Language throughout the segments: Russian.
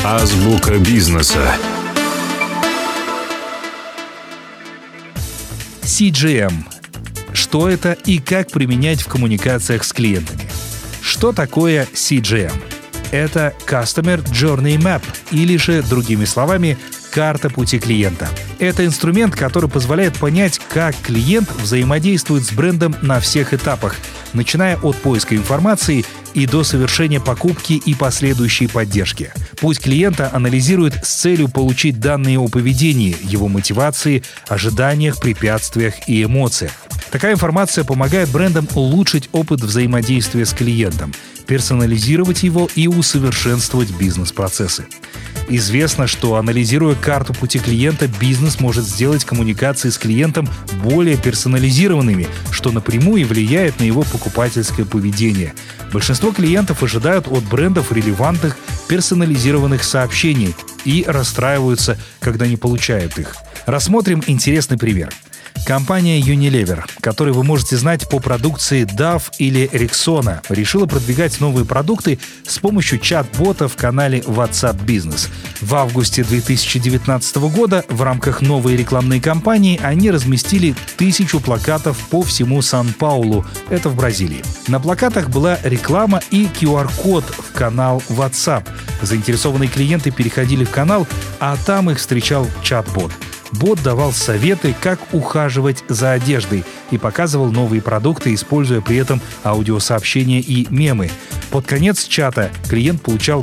Азбука бизнеса. CGM. Что это и как применять в коммуникациях с клиентами? Что такое CGM? Это Customer Journey Map, или же, другими словами, карта пути клиента. Это инструмент, который позволяет понять, как клиент взаимодействует с брендом на всех этапах, начиная от поиска информации и до совершения покупки и последующей поддержки. Путь клиента анализирует с целью получить данные о поведении, его мотивации, ожиданиях, препятствиях и эмоциях. Такая информация помогает брендам улучшить опыт взаимодействия с клиентом, персонализировать его и усовершенствовать бизнес-процессы. Известно, что, анализируя карту пути клиента, бизнес может сделать коммуникации с клиентом более персонализированными, что напрямую влияет на его покупательское поведение. Большинство клиентов ожидают от брендов релевантных, персонализированных сообщений и расстраиваются, когда не получают их. Рассмотрим интересный пример. Компания Unilever, которую вы можете знать по продукции Dove или Rexona, решила продвигать новые продукты с помощью чат-бота в канале WhatsApp Business. В августе 2019 года в рамках новой рекламной кампании они разместили 1000 плакатов по всему Сан-Паулу, это в Бразилии. На плакатах была реклама и QR-код в канал WhatsApp. Заинтересованные клиенты переходили в канал, а там их встречал чат-бот. Бот давал советы, как ухаживать за одеждой, и показывал новые продукты, используя при этом аудиосообщения и мемы. Под конец чата клиент получал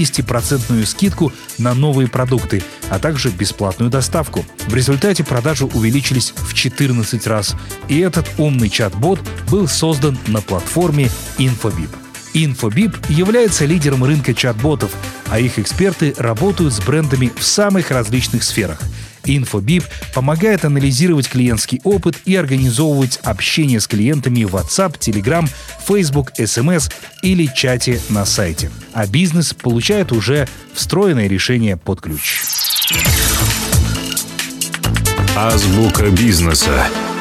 50% скидку на новые продукты, а также бесплатную доставку. В результате продажи увеличились в 14 раз, и этот умный чат-бот был создан на платформе Infobip. Infobip является лидером рынка чат-ботов, а их эксперты работают с брендами в самых различных сферах. Infobip помогает анализировать клиентский опыт и организовывать общение с клиентами в WhatsApp, Telegram, Facebook, SMS или чате на сайте. А бизнес получает уже встроенное решение под ключ. Азбука бизнеса.